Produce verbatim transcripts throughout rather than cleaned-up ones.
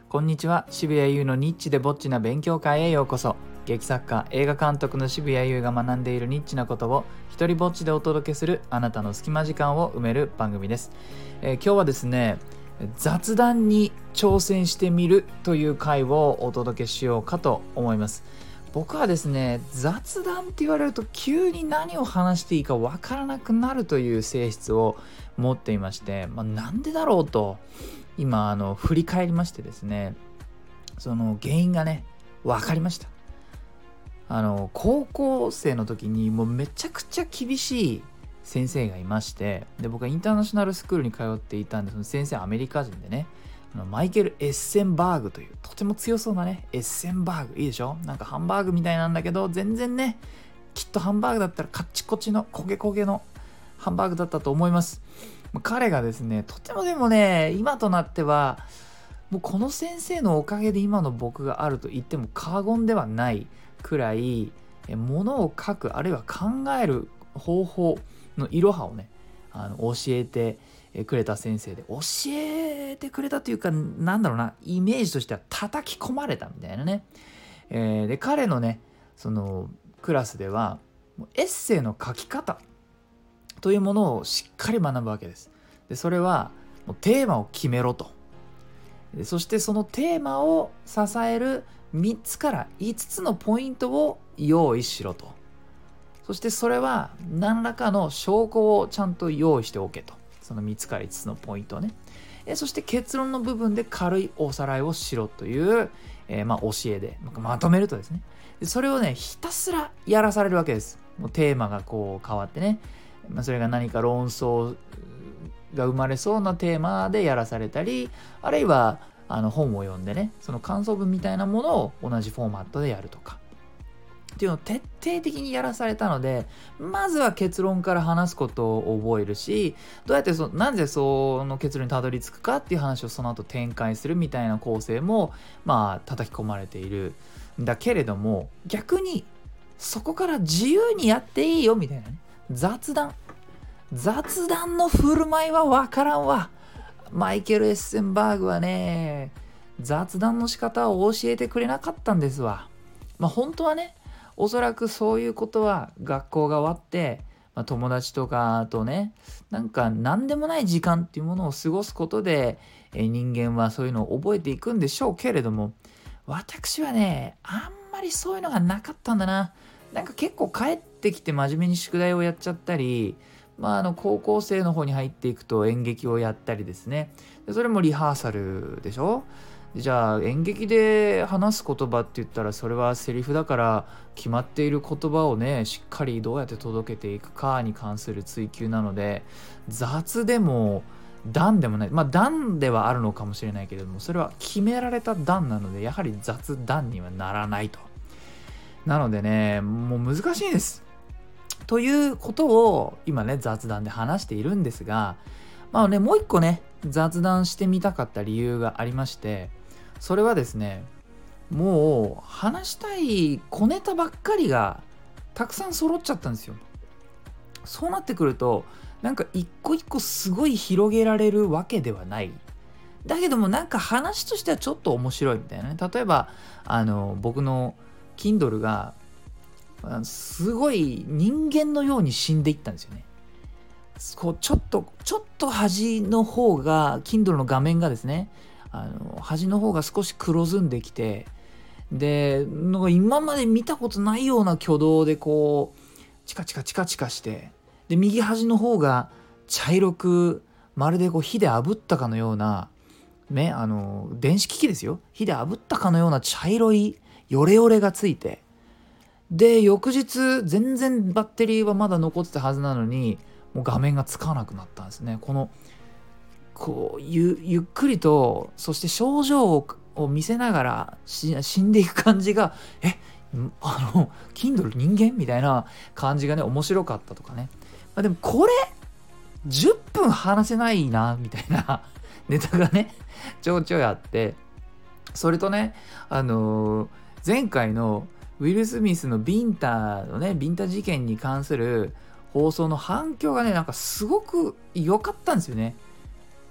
こんにちは。渋谷優のニッチでぼっちな勉強会へようこそ。劇作家、映画監督の渋谷優が学んでいるニッチなことを一人ぼっちでお届けするあなたの隙間時間を埋める番組です。えー、今日はですね、雑談に挑戦してみるという回をお届けしようかと思います。僕はですね、雑談って言われると急に何を話していいかわからなくなるという性質を持っていまして、まあ、なんでだろうと今あの振り返りましてですね、その原因がね分かりました。あの高校生の時にもうめちゃくちゃ厳しい先生がいまして、で僕はインターナショナルスクールに通っていたんで、その先生はアメリカ人でね、あのマイケル・エッセンバーグというとても強そうなね、エッセンバーグいいでしょ。なんかハンバーグみたいなんだけど、全然ね、きっとハンバーグだったらカッチコチの焦げ焦げのハンバーグだったと思います。彼がですね、とてもでもね、今となってはもうこの先生のおかげで今の僕があると言っても過言ではないくらい、ものを書くあるいは考える方法のいろはをね、あの教えてくれた先生で、教えてくれたというか、なんだろうな、イメージとしては叩き込まれたみたいなね。えー、で彼のね、そのクラスではエッセイの書き方というものをしっかり学ぶわけです。でそれはもうテーマを決めろと。でそしてそのテーマを支えるみっつからいつつのポイントを用意しろと。そしてそれは何らかの証拠をちゃんと用意しておけと。そのみっつからいつつのポイントをね。えそして結論の部分で軽いおさらいをしろという、えー、まあ教えでまとめるとですね。でそれをねひたすらやらされるわけです。もうテーマがこう変わってね。まあ、それが何か論争が生まれそうなテーマでやらされたり、あるいはあの本を読んでね、その感想文みたいなものを同じフォーマットでやるとかっていうのを徹底的にやらされたので、まずは結論から話すことを覚えるし、どうやってそなぜその結論にたどり着くかっていう話をその後展開するみたいな構成もまあ叩き込まれているんだけれども、逆にそこから自由にやっていいよみたいなね、雑談雑談の振る舞いは分からんわ。マイケル・エッセンバーグはね、雑談の仕方を教えてくれなかったんですわ。まあ本当はね、おそらくそういうことは学校が終わって、まあ、友達とかとね、なんか何でもない時間っていうものを過ごすことで、え人間はそういうのを覚えていくんでしょうけれども、私はね、あんまりそういうのがなかったんだな。なんか結構帰ってきて真面目に宿題をやっちゃったり、まあ、あの高校生の方に入っていくと演劇をやったりですね。でそれもリハーサルでしょ。じゃあ演劇で話す言葉って言ったら、それはセリフだから決まっている言葉をねしっかりどうやって届けていくかに関する追求なので、雑でも段でもない、まあ段ではあるのかもしれないけれども、それは決められた段なので、やはり雑談にはならないと。なのでね、もう難しいです。ということを今ね雑談で話しているんですが、まあね、もう一個ね雑談してみたかった理由がありまして、それはですね、もう話したい小ネタばっかりがたくさん揃っちゃったんですよ。そうなってくると、なんか一個一個すごい広げられるわけではない。だけどもなんか話としてはちょっと面白いみたいなね。例えばあの僕の Kindle がすごい人間のように死んでいったんですよね。こうちょっとちょっと端の方が Kindle の画面がですね、あの端の方が少し黒ずんできて、でなんか今まで見たことないような挙動でこうチカチカチカチカして、で右端の方が茶色く、まるでこう火で炙ったかのようなね、あの電子機器ですよ、火で炙ったかのような茶色いヨレヨレがついて、で翌日全然バッテリーはまだ残ってたはずなのに、もう画面がつかなくなったんですね。このこう ゆ, ゆっくりと、そして症状をを見せながら死んでいく感じが、えあの Kindle 人間みたいな感じがね面白かったとかね。まあ、でもこれじゅっぷん話せないなみたいなネタがねちょいちょいあって、それとね、あのー、前回のウィル・スミスのビンタのねビンタ事件に関する放送の反響がね、なんかすごく良かったんですよね。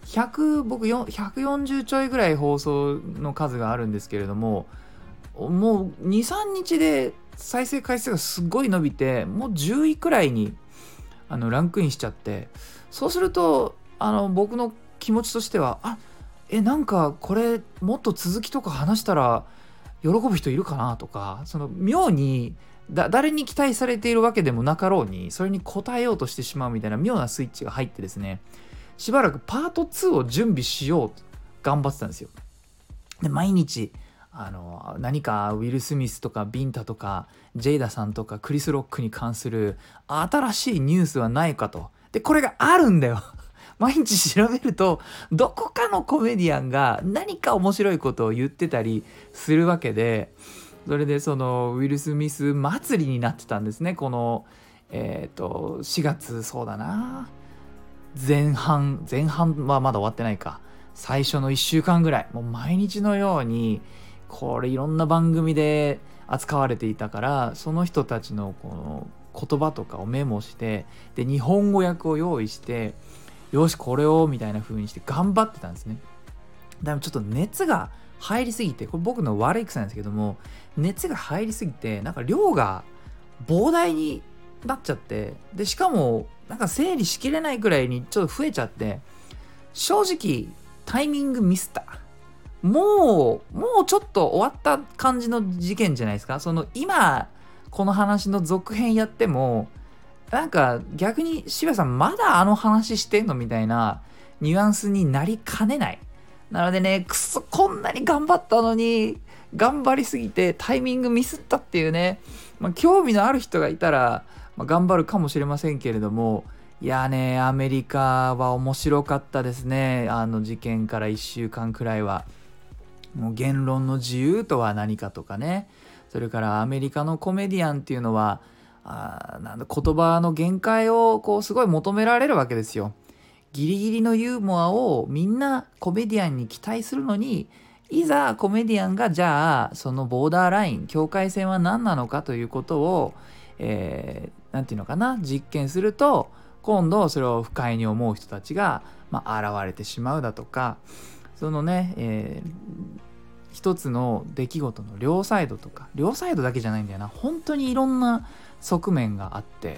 ひゃく僕ひゃくよんじゅうちょいぐらい放送の数があるんですけれども、もうにさんにちで再生回数がすごい伸びて、もうじゅういくらいにあのランクインしちゃって、そうするとあの僕の気持ちとしては、あえなんかこれもっと続きとか話したら喜ぶ人いるかなとか、その妙にだ誰に期待されているわけでもなかろうにそれに応えようとしてしまうみたいな妙なスイッチが入ってですね、しばらくパートツーを準備しようと頑張ってたんですよ。で毎日あの何かウィル・スミスとかビンタとかジェイダさんとかクリス・ロックに関する新しいニュースはないかと。でこれがあるんだよ毎日調べるとどこかのコメディアンが何か面白いことを言ってたりするわけで、それでそのウィル・スミス祭りになってたんですね。このえっとしがつ、そうだな、前半前半はまだ終わってないか、最初のいっしゅうかんぐらいもう毎日のようにこれいろんな番組で扱われていたから、その人たちのこの言葉とかをメモして、で日本語訳を用意して、よしこれをみたいな風にして頑張ってたんですね。でもちょっと熱が入りすぎて、これ僕の悪い癖なんですけども、熱が入りすぎてなんか量が膨大になっちゃって、でしかもなんか整理しきれないくらいにちょっと増えちゃって、正直タイミングミスった。もうもうちょっと終わった感じの事件じゃないですか。その今この話の続編やってもなんか逆に渋谷さんまだあの話してんのみたいなニュアンスになりかねない。なのでね、くそこんなに頑張ったのに頑張りすぎてタイミングミスったっていうね、まあ、興味のある人がいたら、まあ、頑張るかもしれませんけれども、いやねアメリカは面白かったですね。あの事件からいっしゅうかんくらいはもう言論の自由とは何かとかね、それからアメリカのコメディアンっていうのはあなんだ言葉の限界をこうすごい求められるわけですよ。ギリギリのユーモアをみんなコメディアンに期待するのに、いざコメディアンがじゃあそのボーダーライン境界線は何なのかということを、えー、なんていうのかな実験すると、今度それを不快に思う人たちが、まあ、現れてしまうだとか、そのね、えー、一つの出来事の両サイドとか、両サイドだけじゃないんだよな、本当にいろんな側面があって、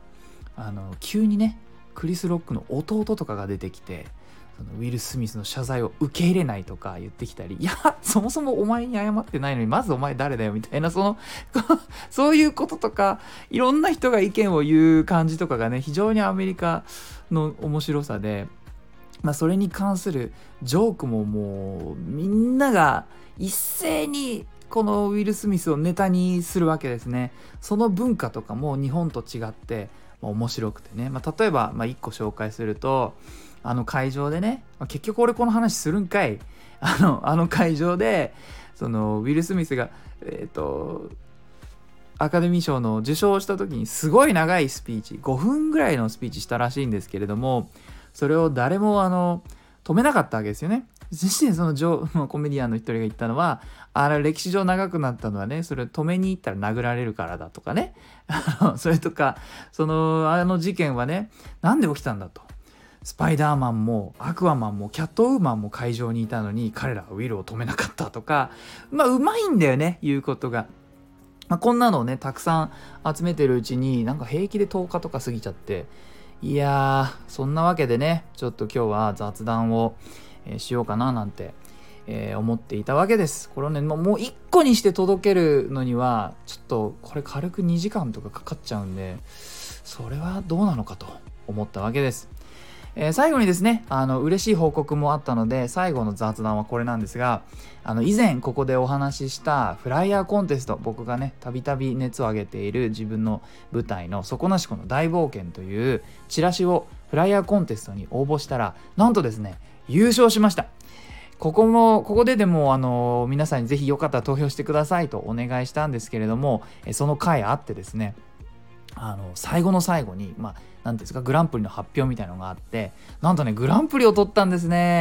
あの急にねクリス・ロックの弟とかが出てきて、そのウィル・スミスの謝罪を受け入れないとか言ってきたり、いやそもそもお前に謝ってないのにまずお前誰だよみたいな、そのそういうこととか、いろんな人が意見を言う感じとかがね、非常にアメリカの面白さで、まあ、それに関するジョークももうみんなが一斉にこのウィル・スミスをネタにするわけですね。その文化とかも日本と違って、まあ、面白くてね、まあ、例えば、まあ、いっこ紹介すると、あの会場でね、まあ、結局俺この話するんかい、あのあの会場でそのウィル・スミスがえっとアカデミー賞の受賞した時にすごい長いスピーチ、ごふんぐらいのスピーチしたらしいんですけれども、それを誰もあの止めなかったわけですよね。そしてそのジョーコメディアンの一人が言ったのは、あれ歴史上長くなったのはね、それ止めに行ったら殴られるからだとかねそれとか、そのあの事件はねなんで起きたんだと、スパイダーマンもアクアマンもキャットウーマンも会場にいたのに彼らはウィルを止めなかったとか、まあうまいんだよね言うことが。まあ、こんなのをねたくさん集めてるうちになんか平気でとおかとか過ぎちゃって、いやーそんなわけでね、ちょっと今日は雑談を、えーしようかななんて、えー思っていたわけです。これをねもう、もういっこにして届けるのにはちょっとこれ軽くにじかんとかかかっちゃうんで、それはどうなのかと思ったわけです。えー最後にですね、あの嬉しい報告もあったので最後の雑談はこれなんですが、あの以前ここでお話ししたフライヤーコンテスト、僕がねたびたび熱を上げている自分の舞台の底なしこの大冒険というチラシをフライヤーコンテストに応募したら、なんとですね優勝しました。ここもここででもあの皆さんにぜひよかったら投票してくださいとお願いしたんですけれども、その回あってですね、あの最後の最後にまあ何ですかグランプリの発表みたいなのがあって、なんとねグランプリを取ったんですね。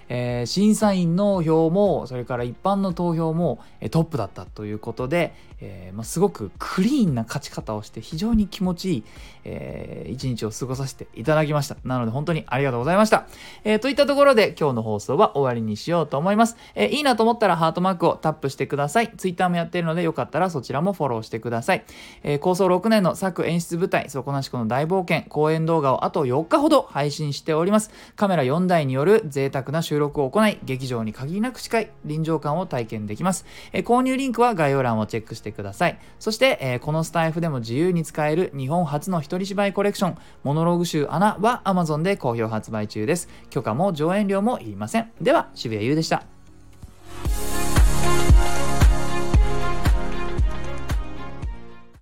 えー審査員の票もそれから一般の投票もえートップだったということで、えーまあ、すごくクリーンな勝ち方をして非常に気持ちいい、えー一日を過ごさせていただきました。なので本当にありがとうございました。えーといったところで今日の放送は終わりにしようと思います。えーいいなと思ったらハートマークをタップしてください。ツイッターもやっているのでよかったらそちらもフォローしてください。えー構想ろくねんの作演出舞台底なしこの大冒険公演動画をあとよっかほど配信しております。カメラよんだいによる贅沢な収録を行い、劇場に限りなく近い臨場感を体験できます。えー購入リンクは概要欄をチェックしてください。そして、えーこのスタイフでも自由に使える日本初の一人芝居コレクションモノローグ集アナは Amazon で好評発売中です。許可も上演料もいりません。では渋谷優でした。